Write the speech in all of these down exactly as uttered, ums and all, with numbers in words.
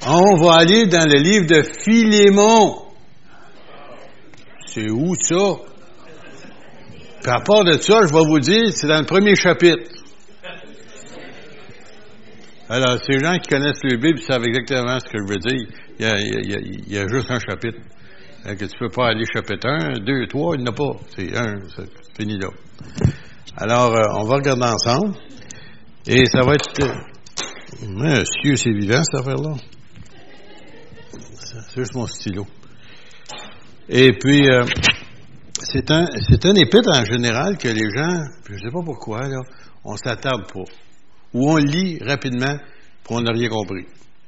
On va aller dans le livre de Philémon. C'est où ça? Puis à part de ça, je vais vous dire, c'est dans le premier chapitre. Alors, ces gens qui connaissent le Bible savent exactement ce que je veux dire. Il y a, il y a, il y a juste un chapitre. Que tu peux pas aller chapitre un, deux, trois, il n'y en a pas. C'est un, c'est fini là. Alors, euh, on va regarder ensemble. Et ça va être... Euh, monsieur, c'est vivant, cette affaire-là. C'est juste mon stylo. Et puis, euh, c'est un, c'est un épître en général que les gens, je ne sais pas pourquoi, là, on s'attarde pas. Ou on lit rapidement, puis on n'a rien compris.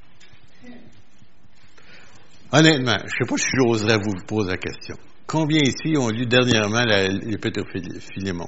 Honnêtement, je ne sais pas si j'oserais vous poser la question. Combien ici ont lu dernièrement la, l'épître de Philémon?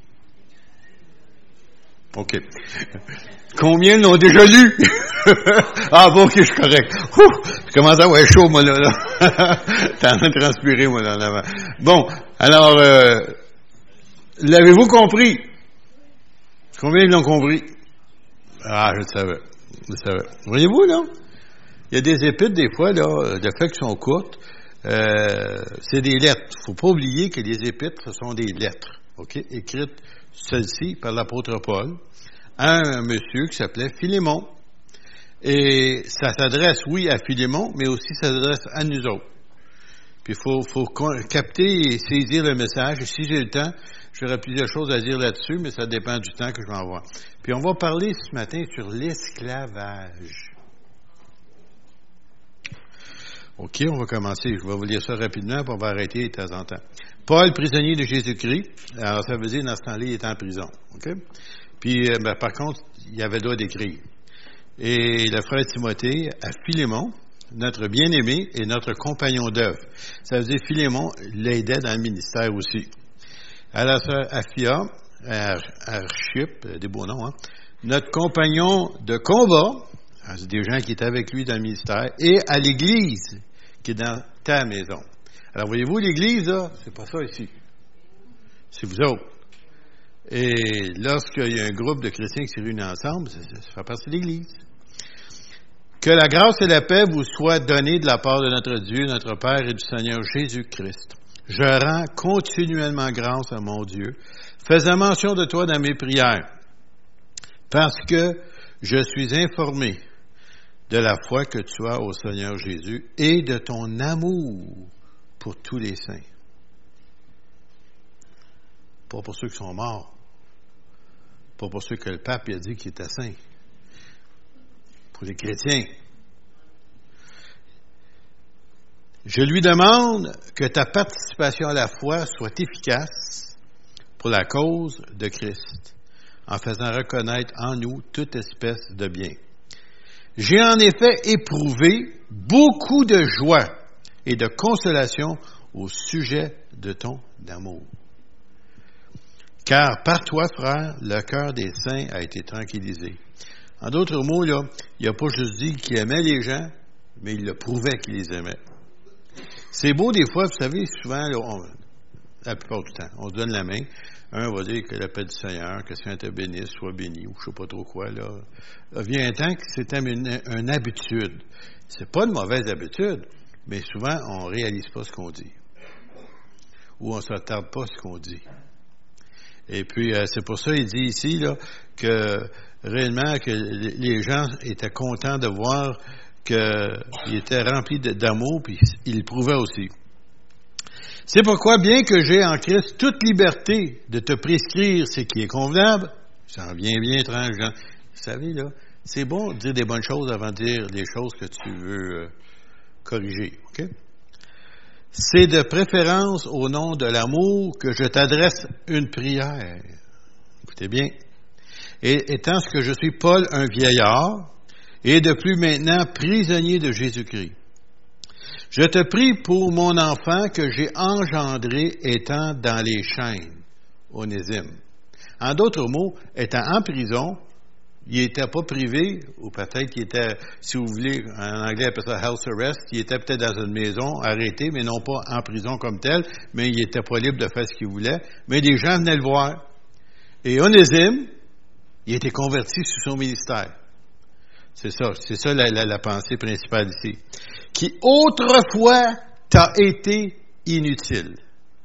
OK. Combien l'ont déjà lu? Ah bon, OK, je suis correct. Ouh, je commence à avoir chaud, moi, là. là. T'es en train de transpirer, moi, là, en avant. Bon, alors, euh, l'avez-vous compris? Combien ils l'ont compris? Ah, je le savais. Je le savais. Voyez-vous, là? Il y a des épîtres, des fois, là, de fait qu'ils sont courtes, euh, c'est des lettres. Il ne faut pas oublier que les épîtres, ce sont des lettres, OK, écrites, celles-ci, par l'apôtre Paul, à un monsieur qui s'appelait Philémon. Et ça s'adresse, oui, à Philémon, mais aussi ça s'adresse à nous autres. Puis il faut, faut capter et saisir le message. Et si j'ai le temps, j'aurai plusieurs choses à dire là-dessus, mais ça dépend du temps que je vais avoir. Puis on va parler ce matin sur l'esclavage. OK, on va commencer. Je vais vous lire ça rapidement, puis on va arrêter de temps en temps. Paul, prisonnier de Jésus-Christ. Alors, ça veut dire, dans ce temps-là, il était en prison. OK? Puis, euh, ben, par contre, il avait le droit d'écrire. Et le frère Timothée, à Philémon, notre bien-aimé et notre compagnon d'œuvre. Ça veut dire, Philémon l'aidait dans le ministère aussi. À la sœur Aphia, à Archip, des beaux noms, hein? Notre compagnon de combat, c'est des gens qui étaient avec lui dans le ministère, et à l'Église, qui est dans ta maison. Alors, voyez-vous, l'Église, là, c'est pas ça ici. C'est vous autres. Et lorsqu'il y a un groupe de chrétiens qui s'est réunis ensemble, ça, ça fait partie de l'Église. Que la grâce et la paix vous soient données de la part de notre Dieu, notre Père et du Seigneur Jésus-Christ. Je rends continuellement grâce à mon Dieu, faisant mention de toi dans mes prières, parce que je suis informé de la foi que tu as au Seigneur Jésus et de ton amour pour tous les saints. Pas pour ceux qui sont morts. Pas pour ceux que le pape a dit qu'ils étaient saints. Pour les chrétiens. Je lui demande que ta participation à la foi soit efficace pour la cause de Christ, en faisant reconnaître en nous toute espèce de bien. J'ai en effet éprouvé beaucoup de joie et de consolation au sujet de ton amour. Car par toi, frère, le cœur des saints a été tranquillisé. En d'autres mots, là, il n'a pas juste dit qu'il aimait les gens, mais il le prouvait qu'il les aimait. C'est beau des fois, vous savez, souvent, là, on, la plupart du temps, on se donne la main. Un va dire que la paix du Seigneur, que le Seigneur te bénisse, soit béni, ou je ne sais pas trop quoi, là. Il vient un temps que c'est une, une habitude. C'est pas une mauvaise habitude, mais souvent, on ne réalise pas ce qu'on dit. Ou on ne s'attarde pas à ce qu'on dit. Et puis, euh, c'est pour ça qu'il dit ici, là, que réellement, que les gens étaient contents de voir qu'il était rempli d'amour, puis il le prouvait aussi. C'est pourquoi, bien que j'ai en Christ toute liberté de te prescrire ce qui est convenable, ça en vient bien étrange, Jean. Vous savez, là, c'est bon de dire des bonnes choses avant de dire les choses que tu veux euh, corriger, OK? C'est de préférence au nom de l'amour que je t'adresse une prière. Écoutez bien. Et étant ce que je suis Paul, un vieillard, et de plus maintenant prisonnier de Jésus-Christ. Je te prie pour mon enfant que j'ai engendré étant dans les chaînes, Onésime. En d'autres mots, étant en prison, il n'était pas privé, ou peut-être qu'il était, si vous voulez, en anglais, on appelle ça house arrest, il était peut-être dans une maison, arrêté, mais non pas en prison comme tel, mais il n'était pas libre de faire ce qu'il voulait, mais des gens venaient le voir. Et Onésime, il était converti sous son ministère. C'est ça, c'est ça la, la, la pensée principale ici. Qui autrefois t'a été inutile.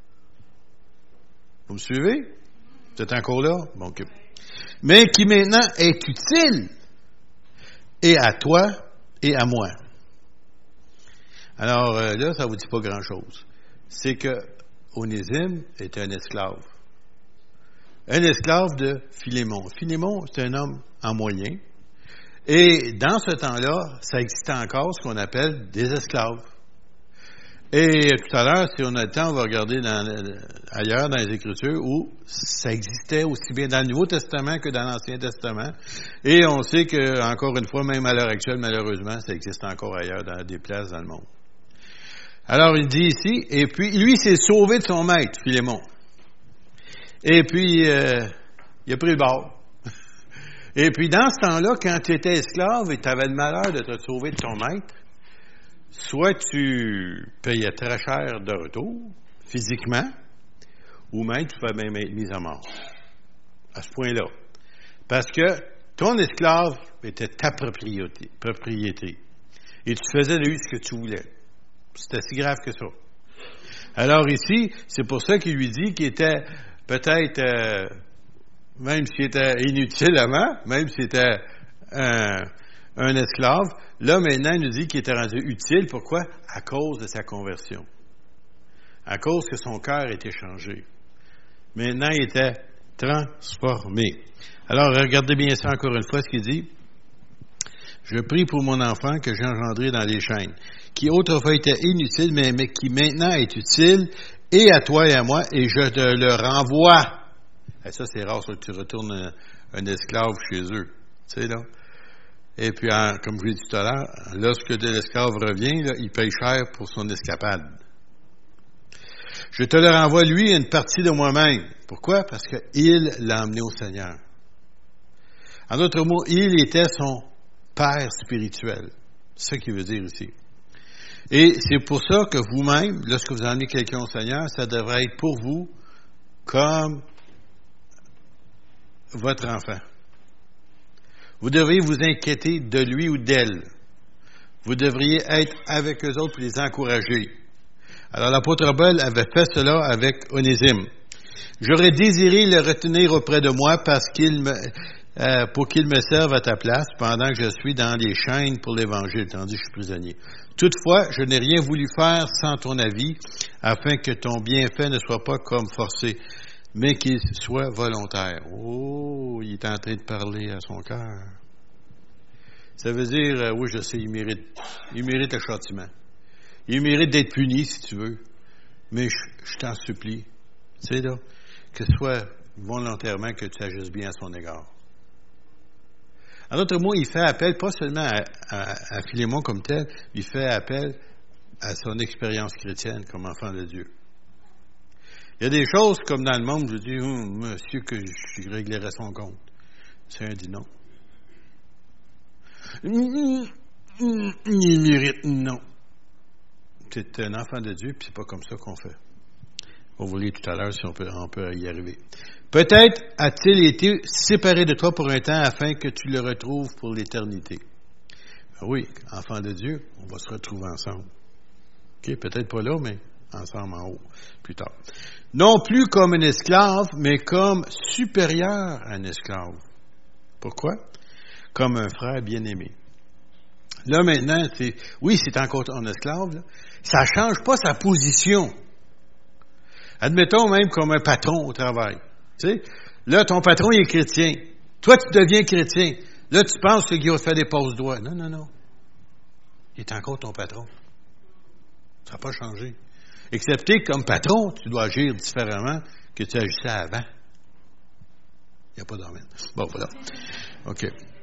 Vous me suivez? Vous êtes encore là? Bon, okay. Mais qui maintenant est utile, et à toi et à moi. Alors euh, là, ça ne vous dit pas grand-chose. C'est que Onésime était un esclave. Un esclave de Philémon. Philémon, c'est un homme en moyen. Et dans ce temps-là, ça existait encore ce qu'on appelle des esclaves. Et tout à l'heure, si on a le temps, on va regarder dans, ailleurs dans les Écritures où ça existait aussi bien dans le Nouveau Testament que dans l'Ancien Testament. Et on sait que, encore une fois, même à l'heure actuelle, malheureusement, ça existe encore ailleurs dans des places dans le monde. Alors, il dit ici, et puis, lui, s'est sauvé de son maître, Philémon. Et puis, euh, il a pris le bord. Et puis, dans ce temps-là, quand tu étais esclave et tu avais le malheur de te sauver de ton maître, soit tu payais très cher de retour, physiquement, ou même tu pouvais même être mis à mort. À ce point-là. Parce que ton esclave était ta propriété. propriété. Et tu faisais de lui ce que tu voulais. C'était si grave que ça. Alors ici, c'est pour ça qu'il lui dit qu'il était peut-être, euh, même s'il était inutile avant, même s'il était un... un esclave, là, maintenant, il nous dit qu'il était rendu utile. Pourquoi? À cause de sa conversion. À cause que son cœur était changé. Maintenant, il était transformé. Alors, regardez bien ça encore une fois, ce qu'il dit. Je prie pour mon enfant que j'ai engendré dans les chaînes, qui autrefois était inutile, mais, mais qui maintenant est utile, et à toi et à moi, et je te le renvoie. Et ça, c'est rare, ça, que tu retournes un, un esclave chez eux. Tu sais, là? Et puis, en, comme je l'ai dit tout à l'heure, lorsque de l'esclave revient, là, il paye cher pour son escapade. Je te le renvoie, lui, une partie de moi-même. Pourquoi? Parce qu'il l'a emmené au Seigneur. En d'autres mots, il était son père spirituel. C'est ça qu'il veut dire ici. Et c'est pour ça que vous-même, lorsque vous emmenez quelqu'un au Seigneur, ça devrait être pour vous comme votre enfant. Vous devriez vous inquiéter de lui ou d'elle. Vous devriez être avec eux autres pour les encourager. Alors l'apôtre Paul avait fait cela avec Onésime. J'aurais désiré le retenir auprès de moi parce qu'il me, euh, pour qu'il me serve à ta place pendant que je suis dans les chaînes pour l'Évangile, tandis que je suis prisonnier. Toutefois, je n'ai rien voulu faire sans ton avis, afin que ton bienfait ne soit pas comme forcé, mais qu'il soit volontaire. Oh, il est en train de parler à son cœur. Ça veut dire, euh, oui, je sais, il mérite, il mérite le châtiment. Il mérite d'être puni, si tu veux. Mais je, je t'en supplie, tu sais, là, que ce soit volontairement que tu agisses bien à son égard. En d'autres mots, il fait appel pas seulement à, à, à Philémon comme tel, il fait appel à son expérience chrétienne comme enfant de Dieu. Il y a des choses comme dans le monde, je dis, hum, monsieur, que je réglerai son compte. C'est un dit non. Il mérite non. C'est un enfant de Dieu, puis c'est pas comme ça qu'on fait. On va vous lire tout à l'heure si on peut, on peut y arriver. Peut-être a-t-il été séparé de toi pour un temps afin que tu le retrouves pour l'éternité. Ben oui, enfant de Dieu, on va se retrouver ensemble. OK, peut-être pas là, mais ensemble en haut, plus tard. Non plus comme un esclave, mais comme supérieur à un esclave. Pourquoi? Comme un frère bien-aimé. Là, maintenant, c'est, oui, c'est encore un esclave, là. Ça change pas sa position. Admettons même comme un patron au travail. Tu sais, là, ton patron, il est chrétien. Toi, tu deviens chrétien. Là, tu penses qu'il va faire des passe-doigts. Non, non, non. Il est encore ton patron. Ça n'a pas changé. Excepté que comme patron, tu dois agir différemment que tu agissais avant. Il n'y a pas d'emmène. Bon, voilà. OK.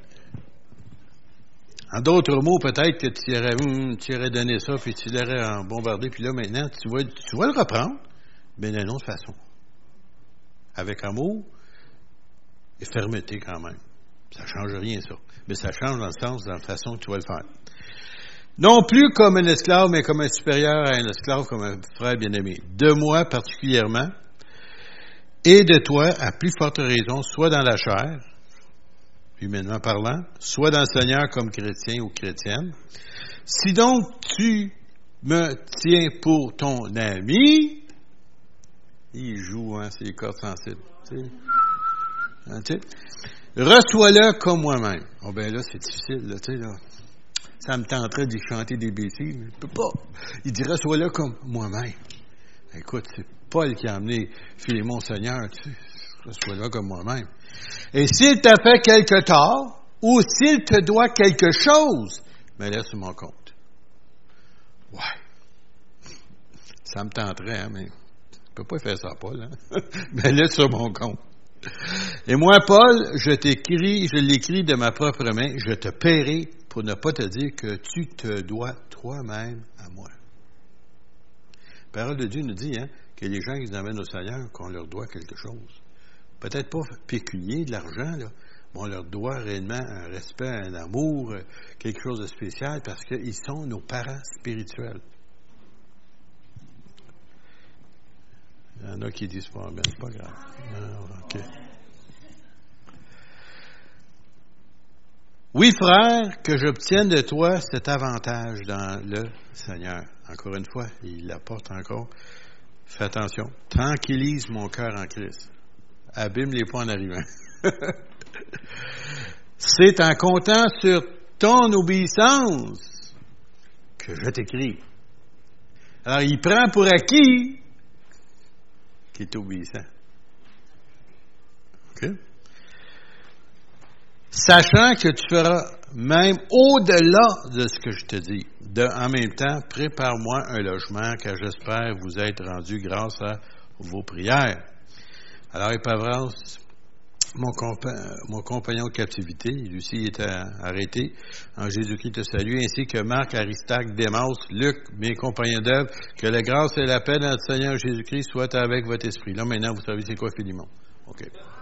En d'autres mots, peut-être que tu aurais, hum, tu aurais donné ça, puis tu l'aurais bombardé, puis là, maintenant, tu vas, tu vas le reprendre, mais d'une autre façon. Avec amour et fermeté quand même. Ça ne change rien, ça. Mais ça change dans le sens, dans la façon que tu vas le faire. Non plus comme un esclave, mais comme un supérieur à un esclave, comme un frère bien-aimé. De moi particulièrement, et de toi, à plus forte raison, soit dans la chair, humainement parlant, soit dans le Seigneur comme chrétien ou chrétienne. Si donc tu me tiens pour ton ami, il joue, hein, c'est les cordes sensibles, tu sais. Hein, tu sais. Reçois-le comme moi-même. Oh ben là, c'est difficile, là, tu sais, là. Ça me tenterait d'y chanter des bêtises, mais je peux pas. Il dit, reçois-le comme moi-même. Écoute, c'est Paul qui a amené Philémon au Seigneur, tu sais. Reçois-le comme moi-même. Et s'il t'a fait quelque tort, ou s'il te doit quelque chose, mais laisse sur mon compte. Ouais. Ça me tenterait, hein, mais je peux pas faire ça, Paul, hein. Mais laisse sur mon compte. Et moi, Paul, je t'écris, je l'écris de ma propre main, je te paierai pour ne pas te dire que tu te dois toi-même à moi. La parole de Dieu nous dit, hein, que les gens qui nous amènent au Seigneur, qu'on leur doit quelque chose. Peut-être pas pécunier, de l'argent, là, mais on leur doit réellement un respect, un amour, quelque chose de spécial, parce qu'ils sont nos parents spirituels. Il y en a qui disent pas, mais c'est pas grave. Non, OK. Oui, frère, que j'obtienne de toi cet avantage dans le Seigneur. Encore une fois, il l'apporte encore. Fais attention. Tranquillise mon cœur en Christ. Abîme les points en arrivant. C'est en comptant sur ton obéissance que je t'écris. Alors, il prend pour acquis qu'il est obéissant. OK? Sachant que tu feras même au-delà de ce que je te dis. De, en même temps, prépare-moi un logement, car j'espère vous être rendu grâce à vos prières. Alors, Épavras, mon, compa- mon compagnon de captivité, lui aussi était arrêté en Jésus-Christ te salue, ainsi que Marc, Aristarque, Démas, Luc, mes compagnons d'œuvre, que la grâce et la paix de notre Seigneur Jésus-Christ soient avec votre esprit. Là, maintenant, vous savez c'est quoi Philémon. OK.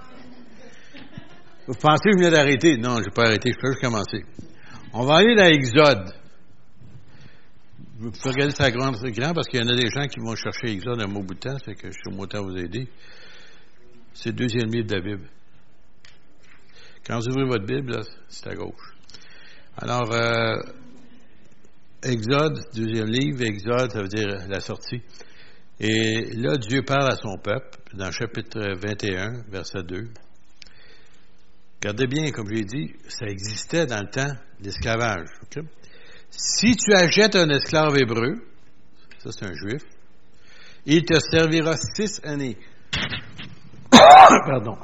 Vous pensez que je viens d'arrêter? Non, je n'ai pas arrêté, je peux juste commencer. On va aller dans Exode. Vous pouvez regarder ça grand, grand parce qu'il y en a des gens qui vont chercher Exode un mot bout de temps, c'est que je suis au mot de temps à vous aider. C'est le deuxième livre de la Bible. Quand vous ouvrez votre Bible, là, c'est à gauche. Alors, euh, Exode, deuxième livre, Exode, ça veut dire la sortie. Et là, Dieu parle à son peuple, dans le chapitre vingt et un, verset deux. Regardez bien, comme je l'ai dit, ça existait dans le temps de l'esclavage. Okay? Si tu achètes un esclave hébreu, ça c'est un juif, il te servira six années. Pardon.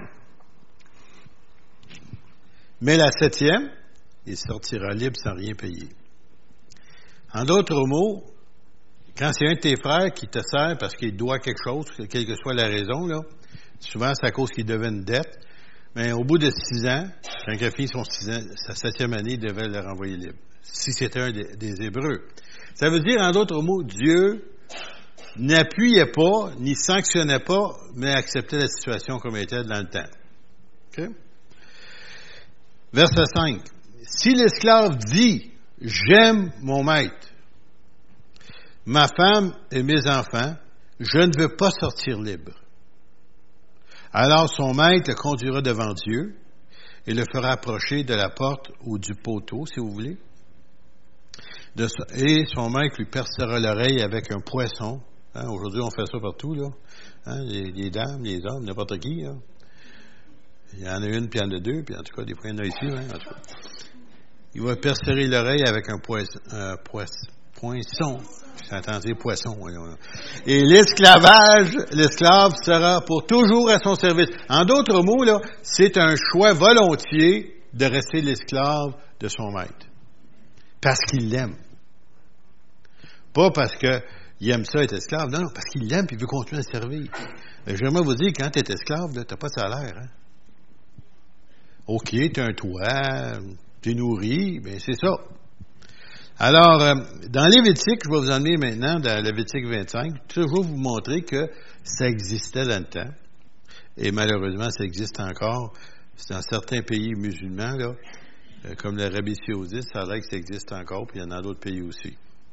Mais la septième, il sortira libre sans rien payer. En d'autres mots, quand c'est un de tes frères qui te sert parce qu'il doit quelque chose, quelle que soit la raison, là, souvent c'est à cause qu'il devait une dette, mais au bout de six ans, quand il a fini son six ans, sa septième année, il devait le renvoyer libre. Si c'était un des, des Hébreux. Ça veut dire, en d'autres mots, Dieu n'appuyait pas, ni sanctionnait pas, mais acceptait la situation comme elle était dans le temps. Okay? Verset cinq. Si l'esclave dit, j'aime mon maître, ma femme et mes enfants, je ne veux pas sortir libre. Alors son maître le conduira devant Dieu et le fera approcher de la porte ou du poteau, si vous voulez. De, et son maître lui percera l'oreille avec un poisson. Hein, aujourd'hui, on fait ça partout, là. Hein, les, les dames, les hommes, n'importe qui, là. Il y en a une, puis il y en a deux, puis en tout cas, des fois, il y en a ici, hein, en tout cas. Il va percerer l'oreille avec un poisson. Euh, poisson. Poisson. J'ai entendu poisson. Voyons. Et l'esclavage, l'esclave sera pour toujours à son service. En d'autres mots, là, c'est un choix volontiers de rester l'esclave de son maître. Parce qu'il l'aime. Pas parce qu'il aime ça être esclave. Non, non, parce qu'il l'aime et il veut continuer à servir. J'aimerais vous dire, quand tu es esclave, tu n'as pas de salaire. Hein? OK, tu as un toit, tu es nourri, bien c'est ça. Alors, euh, dans Lévitique, je vais vous emmener maintenant dans Lévitique vingt-cinq, toujours vous montrer que ça existait dans le temps. Et malheureusement, ça existe encore. C'est dans certains pays musulmans, là, euh, comme l'Arabie saoudite, ça a l'air que ça existe encore, puis il y en a d'autres pays aussi.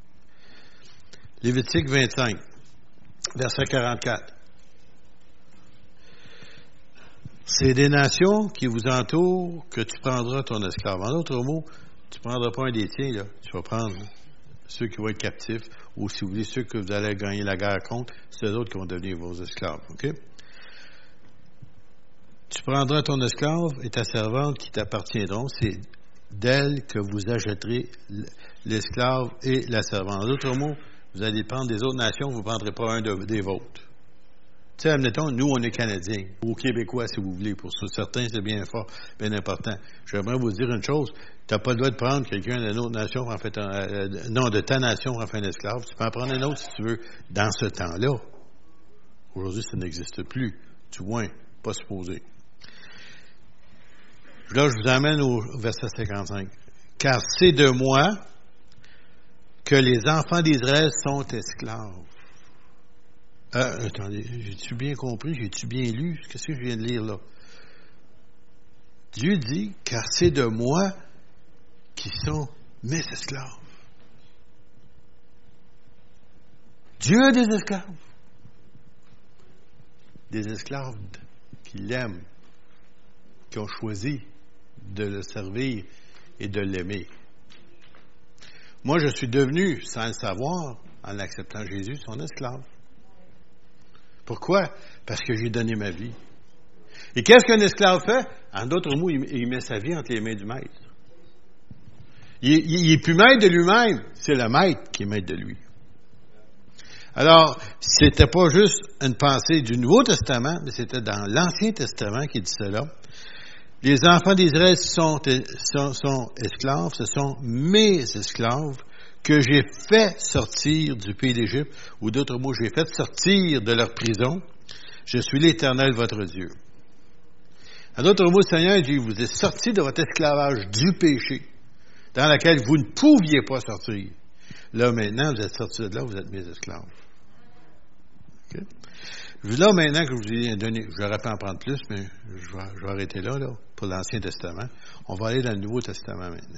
Lévitique vingt-cinq, verset quarante-quatre. C'est des nations qui vous entourent que tu prendras ton esclave. En d'autres mots, tu ne prendras pas un des tiens, là. Tu vas prendre ceux qui vont être captifs, ou si vous voulez, ceux que vous allez gagner la guerre contre, c'est eux autres qui vont devenir vos esclaves. OK? Tu prendras ton esclave et ta servante qui t'appartiendront. C'est d'elle que vous achèterez l'esclave et la servante. En d'autres mots, vous allez prendre des autres nations, vous ne prendrez pas un de, des vôtres. Tu sais, admettons, nous, on est Canadiens, ou Québécois, si vous voulez. Pour certains, c'est bien fort, bien important. J'aimerais vous dire une chose. Tu n'as pas le droit de prendre quelqu'un d'une autre nation, en fait, un, euh, non, de ta nation, en fait, un esclave. Tu peux en prendre un autre, si tu veux, dans ce temps-là. Aujourd'hui, ça n'existe plus. Du moins, pas supposé. Là, je vous amène au verset cinquante-cinq. « Car c'est de moi que les enfants d'Israël sont esclaves. » Euh, attendez, j'ai-tu bien compris? J'ai-tu bien lu? Qu'est-ce que je viens de lire là? Dieu dit, car c'est de moi qui sont mes esclaves. Dieu a des esclaves. Des esclaves qui l'aiment, qui ont choisi de le servir et de l'aimer. Moi, je suis devenu, sans le savoir, en acceptant Jésus, son esclave. Pourquoi? Parce que j'ai donné ma vie. Et qu'est-ce qu'un esclave fait? En d'autres mots, il met sa vie entre les mains du maître. Il n'est plus maître de lui-même, c'est le maître qui est maître de lui. Alors, c'était pas juste une pensée du Nouveau Testament, mais c'était dans l'Ancien Testament qui dit cela. Les enfants d'Israël sont, sont, sont esclaves, ce sont mes esclaves, que j'ai fait sortir du pays d'Égypte, ou d'autres mots, j'ai fait sortir de leur prison. Je suis l'Éternel, votre Dieu. En d'autres mots, le Seigneur dit, vous êtes sortis de votre esclavage du péché, dans lequel vous ne pouviez pas sortir. Là, maintenant, vous êtes sortis de là, vous êtes mes esclaves. Okay? Là, maintenant que je vous ai donné, j'aurais pu en prendre plus, mais je vais, je vais arrêter là, là, pour l'Ancien Testament. On va aller dans le Nouveau Testament maintenant.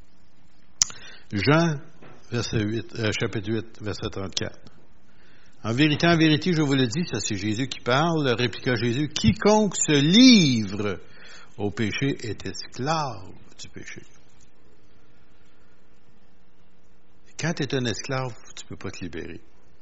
Jean, verset huit, euh, chapitre huit, verset trente-quatre. En vérité, en vérité, je vous le dis, ça c'est Jésus qui parle, répliqua Jésus, quiconque se livre au péché est esclave du péché. Quand tu es un esclave, tu ne peux pas te libérer.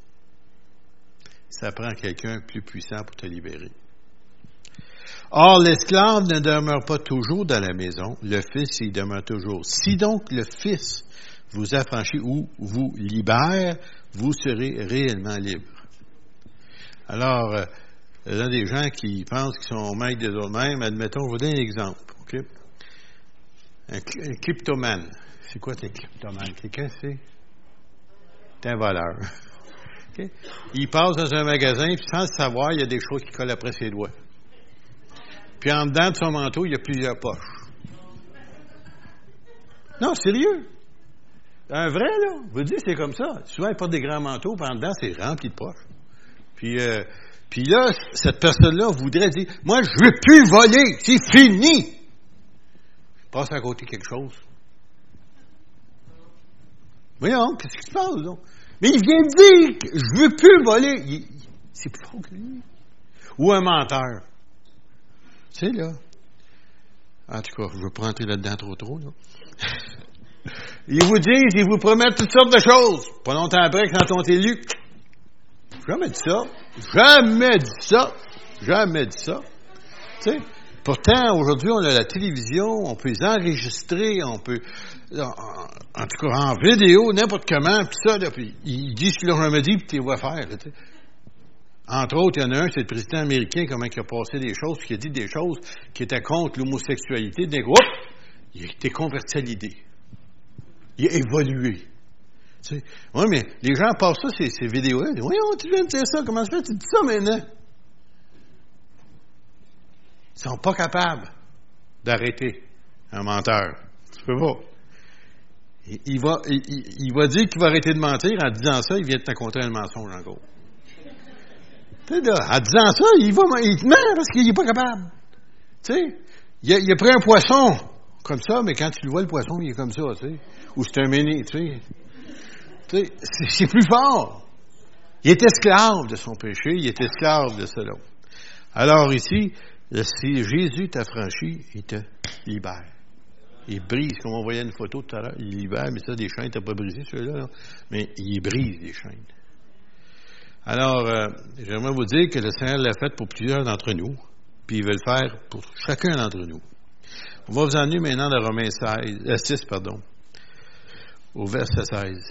Ça prend quelqu'un plus puissant pour te libérer. Or, l'esclave ne demeure pas toujours dans la maison, le Fils y demeure toujours. Si donc le Fils vous affranchit ou vous libère, vous serez réellement libre. Alors, euh, il y a des gens qui pensent qu'ils sont maîtres des autres-mêmes. Admettons, je vous donne un exemple. Okay? Un, un kleptomane. C'est quoi un kleptomane? Quelqu'un sait? C'est un voleur. Okay? Il passe dans un magasin, puis sans le savoir, il y a des choses qui collent après ses doigts. Puis en dedans de son manteau, il y a plusieurs poches. Non, sérieux. Un vrai, là. Je vous dis, c'est comme ça. Souvent, il porte des grands manteaux, puis en dedans, c'est rempli de poches. Puis, euh, puis là, cette personne-là voudrait dire, moi, je ne veux plus voler, c'est fini. Il passe à côté quelque chose. Voyons, qu'est-ce qui se passe, là? Mais il vient de dire que je ne veux plus voler. Il, c'est plus fort que lui. Ou un menteur. Tu sais, là. En tout cas, je ne veux pas rentrer là-dedans trop trop, là. Ils vous disent, ils vous promettent toutes sortes de choses. Pas longtemps après, quand on t'est élu, jamais dit ça. Jamais dit ça. Jamais dit ça. Tu sais, pourtant, aujourd'hui, on a la télévision, on peut les enregistrer, on peut, en, en tout cas, en vidéo, n'importe comment, puis ça, là, puis ils disent ce qu'ils leur ont dit, puis tu les vois faire, là, tu sais. Entre autres, il y en a un, c'est le président américain, comment il a passé des choses, qui a dit des choses qui étaient contre l'homosexualité. D'un coup, il a été converti à l'idée. Il a évolué. Tu sais. Oui, mais les gens passent ça, ces, ces vidéos-là. Ils disent, voyons, tu viens de dire ça, comment ça fait? Tu dis ça maintenant? Ils sont pas capables d'arrêter un menteur. Tu peux pas. Il, il, va, il, il va dire qu'il va arrêter de mentir. En disant ça, il vient de te raconter un mensonge, en gros. Tu sais, là, en disant ça, il, va, il te ment parce qu'il n'est pas capable. Tu sais, il a, il a pris un poisson comme ça, mais quand tu le vois, le poisson, il est comme ça, tu sais. Ou c'est un méné, tu sais. Tu sais, c'est, c'est plus fort. Il est esclave de son péché, il est esclave de cela. Alors ici, Si Jésus t'affranchit, il te libère. Il brise, comme on voyait une photo tout à l'heure, il libère, mais ça, des chaînes, t'as pas brisé ceux-là, là, mais il brise les chaînes. Alors, euh, j'aimerais vous dire que le Seigneur l'a fait pour plusieurs d'entre nous, puis il veut le faire pour chacun d'entre nous. On va vous emmener maintenant dans Romains seize, euh, six, pardon, au verset seize.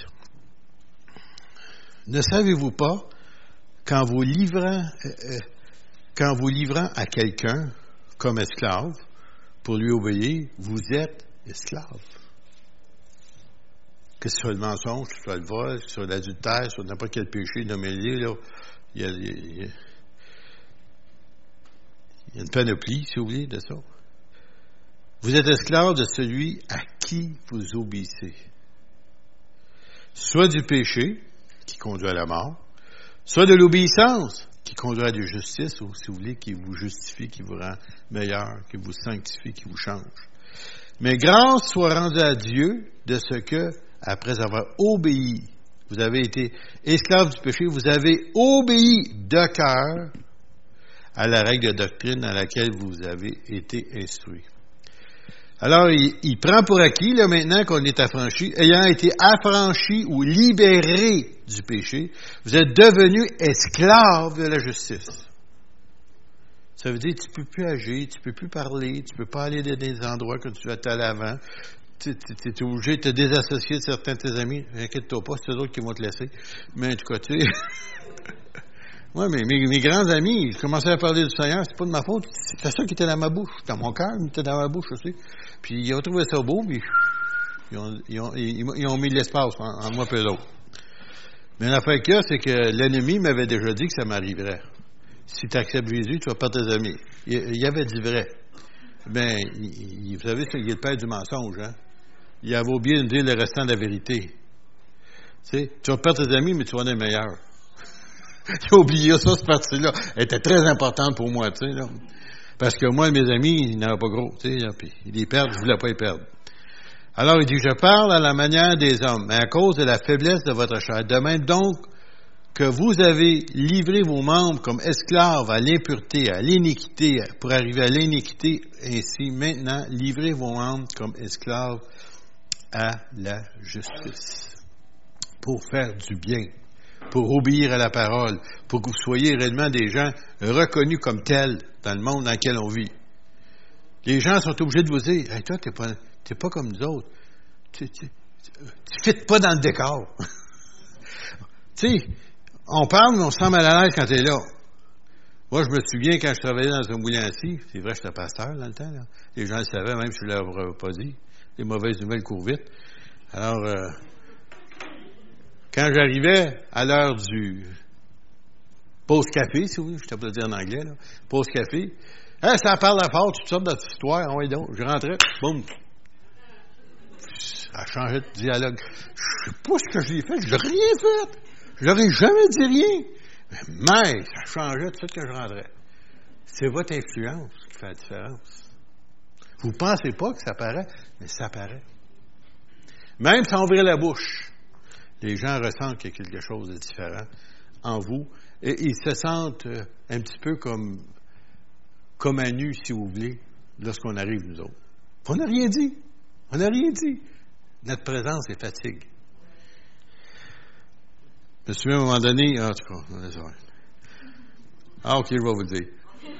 Ne savez-vous pas, qu'en vous livrant, euh, qu'en vous livrant à quelqu'un comme esclave, pour lui obéir, vous êtes esclave. Que ce soit le mensonge, que ce soit le vol, que ce soit l'adultère, que ce soit n'importe quel péché nommé là, il y a, il y a, il y a une panoplie, si vous voulez, de ça. Vous êtes esclave de celui à qui vous obéissez. Soit du péché, qui conduit à la mort, soit de l'obéissance, qui conduit à la justice, ou si vous voulez, qui vous justifie, qui vous rend meilleur, qui vous sanctifie, qui vous change. Mais grâce soit rendue à Dieu de ce que, après avoir obéi, vous avez été esclave du péché, vous avez obéi de cœur à la règle de doctrine à laquelle vous avez été instruit. Alors, il, il prend pour acquis, là, maintenant qu'on est affranchi, ayant été affranchi ou libéré du péché, vous êtes devenu esclave de la justice. Ça veut dire que tu ne peux plus agir, tu ne peux plus parler, tu ne peux pas aller dans des endroits que tu étais allé avant. Tu es obligé de te désassocier de certains de tes amis. Inquiète-toi pas, c'est eux autres qui vont te laisser. Mais en tout cas, tu sais... Oui, mais mes, mes grands amis, ils commençaient à parler du Seigneur, c'est pas de ma faute, c'était ça qui était dans ma bouche, dans mon cœur, il était dans ma bouche aussi. Puis ils ont trouvé ça beau, puis ils ont, ils ont, ils, ils ont mis de l'espace en, en moi et eux autres. Mais l'affaire qu'il y a, c'est que l'ennemi m'avait déjà dit que ça m'arriverait. Si tu acceptes Jésus, tu vas perdre tes amis. Il, il avait dit vrai. Ben, il, il, vous savez, il est le père du mensonge, hein. Il avait oublié de dire le restant de la vérité. Tu sais, tu vas perdre tes amis, mais tu vas en être meilleur. J'ai oublié ça, cette partie-là. Elle était très importante pour moi, tu sais, là. Parce que moi, mes amis, ils n'avaient pas gros, tu sais, là, puis ils les perdent, je voulais pas les perdre. Alors, il dit, je parle à la manière des hommes, mais à cause de la faiblesse de votre chair. De même donc que vous avez livré vos membres comme esclaves à l'impureté, à l'iniquité, pour arriver à l'iniquité, ainsi, maintenant, livrez vos membres comme esclaves à la justice. Pour faire du bien. Pour obéir à la parole, pour que vous soyez réellement des gens reconnus comme tels dans le monde dans lequel on vit. Les gens sont obligés de vous dire, hey, toi, t'es pas, t'es pas comme nous autres. Tu, tu, tu fites pas dans le décor. Tu sais, on parle, mais on se sent mal à l'aise quand t'es là. Moi, je me souviens quand je travaillais dans un moulin assis, c'est vrai, j'étais pasteur dans le temps, là. Les gens le savaient, même si je ne leur avais pas dit. Les mauvaises nouvelles courent vite. Alors, euh, quand j'arrivais à l'heure du pause café, si vous voulez, je t'ai pas dire en anglais, là, pause café, hein, ça parle à fort, toutes sortes d'histoires, on est donc. Je rentrais, boum. Ça a changé de dialogue. Je sais pas ce que je l'ai fait, je l'ai rien fait. Je leur ai jamais dit rien. Mais ça changeait tout de suite que je rentrais. C'est votre influence qui fait la différence. Vous ne pensez pas que ça paraît, mais ça paraît. Même sans ouvrir la bouche. Les gens ressentent qu'il y a quelque chose de différent en vous et ils se sentent un petit peu comme, comme à nu, si vous voulez, lorsqu'on arrive, nous autres. On n'a rien dit. On n'a rien dit. Notre présence est fatigue. Je me souviens à un moment donné, en tout cas, on va savoir. Ah, OK, je vais vous le dire.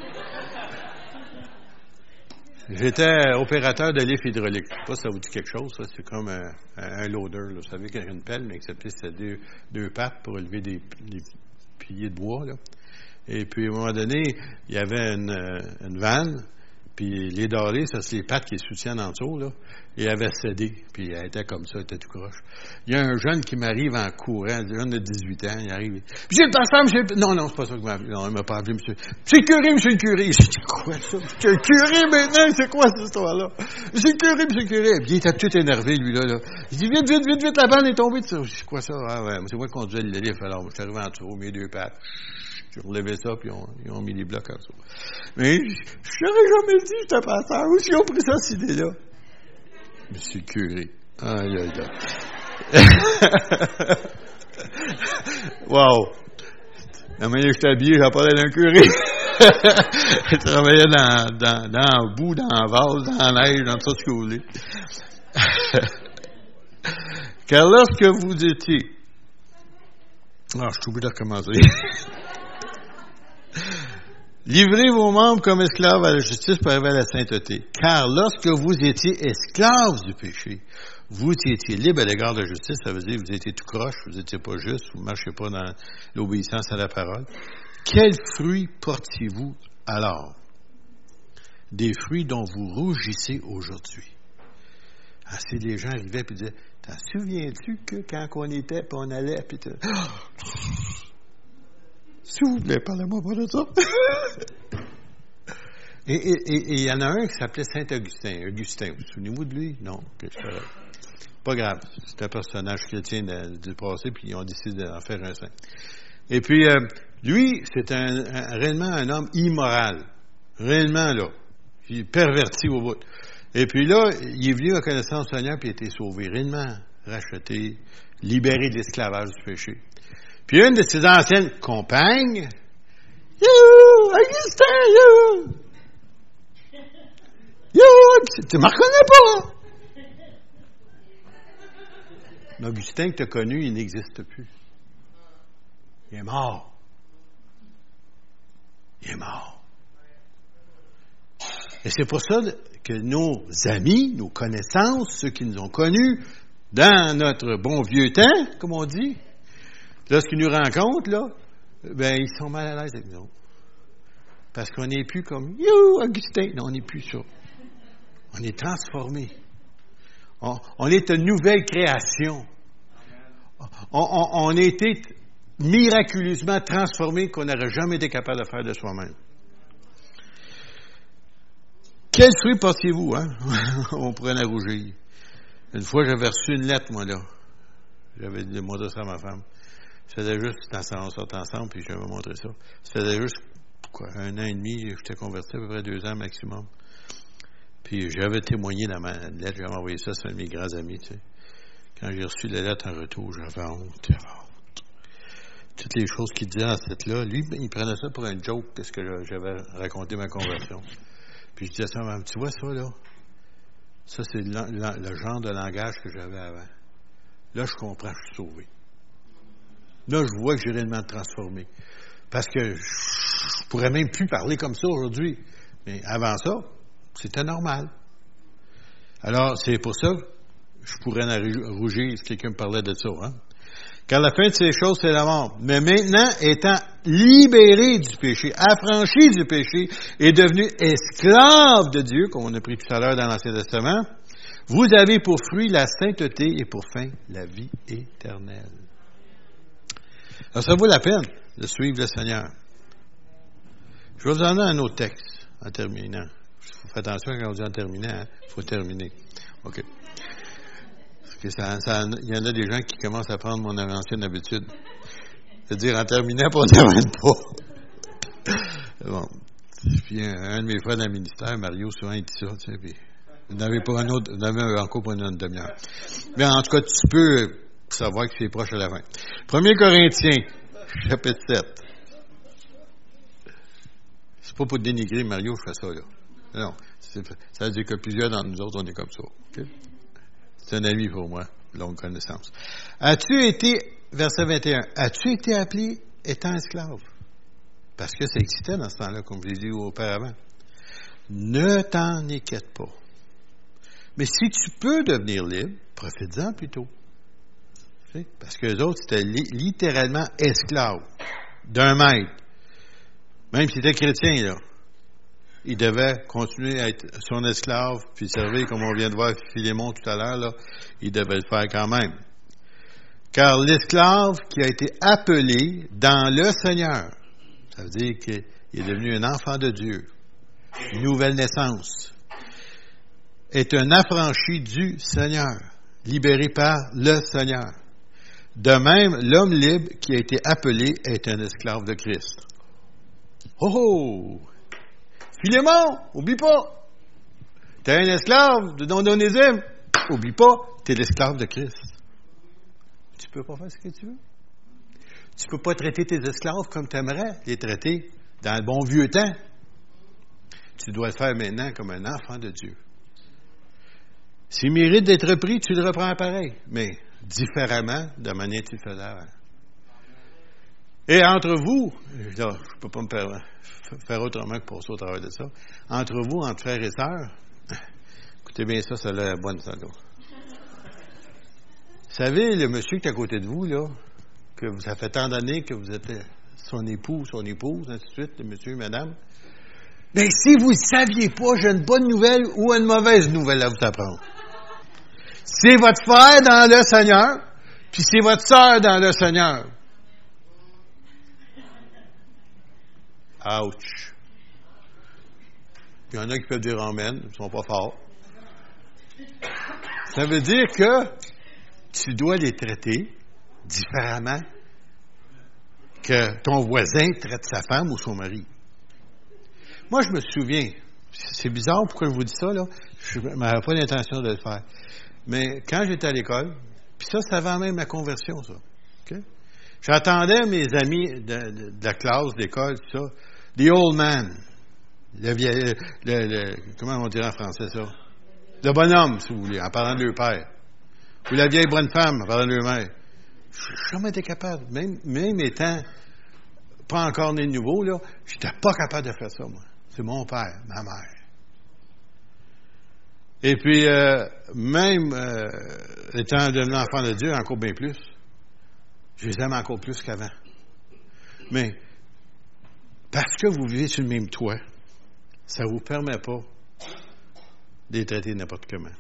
J'étais opérateur de lift hydraulique. Je ne sais pas si ça vous dit quelque chose. Ça, c'est comme un, un loader. Là. Vous savez qu'il y a une pelle, mais excepté c'était deux, deux pattes pour élever des, des piliers de bois. Là. Et puis, à un moment donné, il y avait une, une vanne. Puis les dorés, ça, c'est les pattes qui les soutiennent en dessous, là. Et elle avait cédé. Puis elle était comme ça, elle était tout croche. Il y a un jeune qui m'arrive en courant, un jeune de dix-huit ans, il arrive. Monsieur le pasteur, monsieur le... Non, non, c'est pas ça qu'il m'a appelé. Non, il m'a pas appelé, monsieur. Monsieur le curé, monsieur le curé. J'ai dit, quoi ça? Monsieur le curé, maintenant, c'est quoi cette histoire-là? Monsieur le curé, monsieur le curé. Puis il était tout énervé, lui, là, là. Il dit, vite, vite, vite, vite, la vanne est tombée. C'est quoi ça? Ah ouais, c'est moi qui conduisais le livre. Alors, je suis arrivé en dessous, mes deux pattes. J'ai relevé ça, puis on, ils ont mis les blocs en dessous. Mais je n'aurais jamais dit, j'étais pasteur. Où ils ont pris ça, cette idée-là? Monsieur le curé. Aïe, aïe, aïe. Wow! La manière que je suis habillé, j'ai pas l'air d'un curé. Il travaillait dans, dans, dans le bout, dans la vase, dans la neige, dans tout ce que vous voulez. Car lorsque vous étiez... Ah, je suis obligé de recommencer. Livrez vos membres comme esclaves à la justice pour arriver à la sainteté. Car lorsque vous étiez esclaves du péché, vous étiez libres à l'égard de la justice, ça veut dire que vous étiez tout croche, vous n'étiez pas juste, vous ne marchez pas dans l'obéissance à la parole. Quels fruits portiez-vous alors? Des fruits dont vous rougissez aujourd'hui. Ah, si les gens arrivaient et disaient, t'en souviens-tu que quand on était, puis on allait, puis s'il vous plaît, parlez-moi pas de ça. Et il y en a un qui s'appelait Saint-Augustin. Augustin, vous souvenez-vous de lui? Non. Okay, pas grave. C'est un personnage chrétien de, du passé, puis ils ont décidé d'en faire un saint. Et puis, euh, lui, c'est un, un, réellement un homme immoral. Réellement, là. Il est perverti au bout. Et puis là, il est venu à connaissance du Seigneur, puis il a été sauvé. Réellement racheté, libéré de l'esclavage du péché. Puis une de ses anciennes compagnes, you, Augustin, you, you, tu ne me reconnais pas. L'Augustin que tu as connu, il n'existe plus. Il est mort. Il est mort. Et c'est pour ça que nos amis, nos connaissances, ceux qui nous ont connus dans notre bon vieux temps, comme on dit, lorsqu'ils nous rencontrent, là, ben, ils sont mal à l'aise avec nous. Parce qu'on n'est plus comme, you, Augustin. Non, on n'est plus ça. On est transformé. On, on est une nouvelle création. On, on, on a été miraculeusement transformé qu'on n'aurait jamais été capable de faire de soi-même. Quels fruits portiez-vous, hein? On pourrait en rougir. Une fois, j'avais reçu une lettre, moi, là. J'avais demandé ça à ma femme. Ça faisait juste, on sortait ensemble, puis je vais montrer ça. Ça faisait juste, quoi, un an et demi, j'étais converti, à peu près deux ans maximum. Puis j'avais témoigné dans ma lettre, j'avais envoyé ça, c'est un de mes grands amis, tu sais. Quand j'ai reçu la lettre en retour, j'avais honte, j'avais honte. Toutes les choses qu'il disait dans cette lettre-là, lui, il prenait ça pour un joke, parce que j'avais raconté ma conversion. Puis je disais ça, tu vois ça, là? Ça, c'est le, le, le genre de langage que j'avais avant. Là, je comprends, je suis sauvé. Là, je vois que j'ai réellement transformé. Parce que je, je pourrais même plus parler comme ça aujourd'hui. Mais avant ça, c'était normal. Alors, c'est pour ça que je pourrais en rougir si quelqu'un me parlait de ça. Hein? Car la fin de ces choses, c'est la mort. Mais maintenant, étant libéré du péché, affranchi du péché, et devenu esclave de Dieu, comme on a pris tout à l'heure dans l'Ancien Testament, vous avez pour fruit la sainteté et pour fin la vie éternelle. Alors, ça vaut la peine de suivre le Seigneur. Je vais vous en donner un autre texte en terminant. Il faut faire attention quand on dit en terminant, il hein? faut terminer. OK. Ça, ça, il y en a des gens qui commencent à prendre mon ancienne habitude. C'est-à-dire, en terminant, on n'arrête pas. Bon. Puis, un, un de mes frères dans le ministère, Mario, souvent, il dit ça, tu sais, puis, vous n'avez pas un autre, vous n'avez encore pas une demi-heure. Mais en tout cas, tu peux savoir que tu es proche à la fin. premier Corinthiens, chapitre sept. C'est pas pour dénigrer Mario, je fais ça, là. Non. Ça veut dire que plusieurs d'entre nous autres, on est comme ça. OK? C'est un ami pour moi, longue connaissance. As-tu été, verset vingt et un, as-tu été appelé étant esclave? Parce que ça existait dans ce temps-là, comme je l'ai dit auparavant. Ne t'en inquiète pas. Mais si tu peux devenir libre, profite-en plutôt. Parce que les autres, c'était li- littéralement esclaves d'un maître. Même s'ils étaient chrétiens, là. Il devait continuer à être son esclave, puis servir, comme on vient de voir Philémon tout à l'heure, là, il devait le faire quand même. Car l'esclave qui a été appelé dans le Seigneur, ça veut dire qu'il est devenu un enfant de Dieu, une nouvelle naissance, est un affranchi du Seigneur, libéré par le Seigneur. De même, l'homme libre qui a été appelé est un esclave de Christ. Oh oh! Philémon, oublie pas. T'es un esclave de Don Onésime. Oublie pas, t'es l'esclave de Christ. Tu peux pas faire ce que tu veux. Tu peux pas traiter tes esclaves comme tu aimerais les traiter dans le bon vieux temps. Tu dois le faire maintenant comme un enfant de Dieu. S'il mérite d'être repris, tu le reprends pareil, mais différemment de la manière que tu le faisais avant. Et entre vous, là, je ne peux pas me faire, faire autrement que passer au travers de ça, entre vous, entre frères et sœurs, écoutez bien ça, ça a l'air bonne, ça, là. Vous savez, le monsieur qui est à côté de vous, là, que vous, ça fait tant d'années que vous êtes son époux, son épouse, ainsi de suite, le monsieur, madame, bien, si vous ne saviez pas, j'ai une bonne nouvelle ou une mauvaise nouvelle à vous apprendre. C'est votre frère dans le Seigneur, puis c'est votre sœur dans le Seigneur. Ouch. Il y en a qui peuvent dire amen, ils ne sont pas forts. Ça veut dire que tu dois les traiter différemment que ton voisin traite sa femme ou son mari. Moi, je me souviens, c'est bizarre pourquoi je vous dis ça, là. Je n'avais pas l'intention de le faire. Mais quand j'étais à l'école, puis ça, c'était avant même ma conversion, ça. Okay? J'attendais mes amis de, de, de la classe, d'école, tout ça, the old man, le vieil, le, le, comment on dirait en français ça? Le bonhomme, si vous voulez, en parlant de leur père. Ou la vieille bonne femme, en parlant de leur mère. Je n'ai jamais été capable, même, même étant pas encore né de nouveau, là, je n'étais pas capable de faire ça, moi. C'est mon père, ma mère. Et puis, euh, même euh, étant devenu enfant de Dieu, encore bien plus, je les aime encore plus qu'avant. Mais, parce que vous vivez sur le même toit, ça ne vous permet pas de les traiter n'importe comment.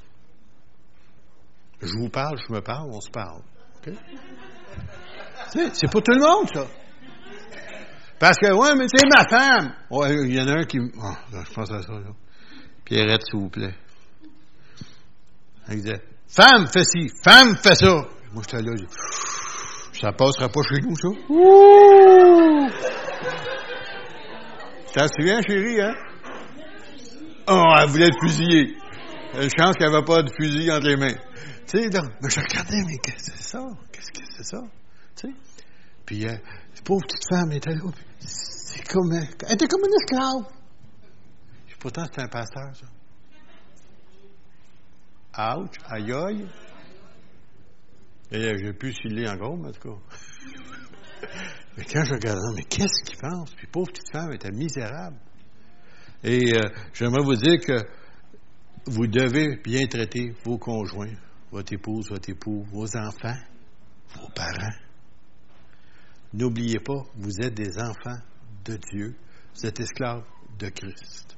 Je vous parle, je me parle, on se parle. Okay? C'est, c'est pour tout le monde, ça. Parce que, ouais, mais c'est ma femme. Ouais, il y en a un qui... Oh, je pense à ça, là. Pierrette, s'il vous plaît. Il disait, femme, fais ci, femme, fais ça. Moi, j'étais là, je dis, ça passera pas chez nous, ça. Ouh! T'en souviens, chérie, hein? Oh, elle voulait le fusiller. Une chance qu'elle n'avait pas de fusil entre les mains. Tu sais, là, mais je regardais, mais qu'est-ce que c'est ça? Qu'est-ce que c'est ça? Tu sais? Puis, euh, cette pauvre petite femme elle était là, puis c'est comme, elle était comme une esclave. Puis pourtant, c'était un pasteur, ça. Ouch, aïe aïe. Et euh, j'ai pu s'il l'est encore, mais en tout cas. Mais quand je regardais, mais qu'est-ce qu'il pense? Puis pauvre petite femme, elle était misérable. Et euh, j'aimerais vous dire que vous devez bien traiter vos conjoints, votre épouse, votre époux, vos enfants, vos parents. N'oubliez pas, vous êtes des enfants de Dieu. Vous êtes esclaves de Christ.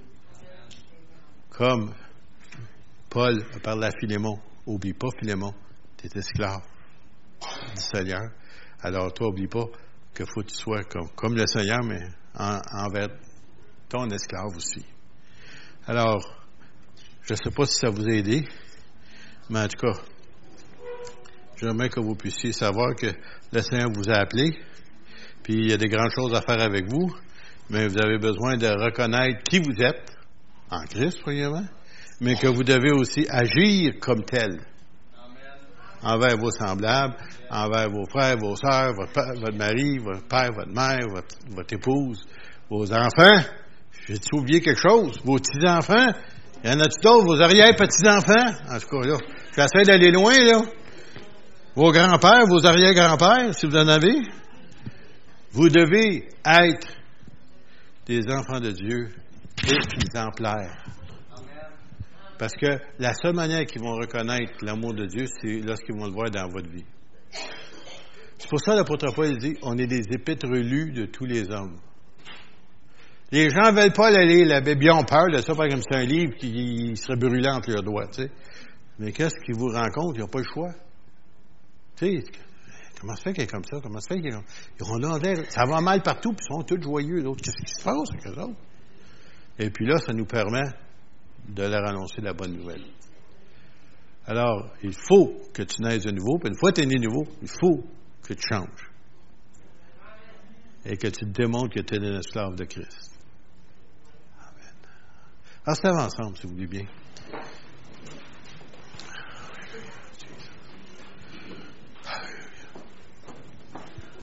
Comme Paul a parlé à Philémon. Oublie pas, Philémon, tu es esclave du Seigneur. Alors, toi, oublie pas qu'il faut que tu sois comme, comme le Seigneur, mais en, envers ton esclave aussi. Alors, je ne sais pas si ça vous a aidé, mais en tout cas, j'aimerais que vous puissiez savoir que le Seigneur vous a appelé, puis il y a des grandes choses à faire avec vous, mais vous avez besoin de reconnaître qui vous êtes, en Christ, premièrement, mais que vous devez aussi agir comme tel, envers vos semblables, envers vos frères, vos sœurs, votre, père, votre mari, votre père, votre mère, votre, votre épouse, vos enfants. J'ai-tu oublié quelque chose? Vos petits-enfants? Il y en a-tu d'autres? Vos arrière-petits-enfants? En tout cas, là, j'essaie d'aller loin, là. Vos grands-pères, vos arrière-grands-pères, si vous en avez. Vous devez être des enfants de Dieu exemplaires. Parce que la seule manière qu'ils vont reconnaître l'amour de Dieu, c'est lorsqu'ils vont le voir dans votre vie. C'est pour ça que l'apôtre Paul dit, on est des épîtres lues de tous les hommes. Les gens ne veulent pas la lire, la Bible. Ils ont peur de ça, par exemple, c'est un livre qui serait brûlant entre leurs doigts, tu sais. Mais qu'est-ce qu'ils vous rencontrent? Ils n'ont pas le choix. Tu sais, comment se fait qu'il est comme ça? Comment se fait qu'il est comme ça? Ils ont l'air, ça va mal partout, puis ils sont tous joyeux. L'autre, qu'est-ce qui se passe avec eux autres? Et puis là, ça nous permet de leur annoncer la bonne nouvelle. Alors, il faut que tu naisses de nouveau, puis une fois que tu es né de nouveau, il faut que tu changes. Et que tu te démontres que tu es un esclave de Christ. Amen. Alors, c'est ensemble, si vous voulez bien.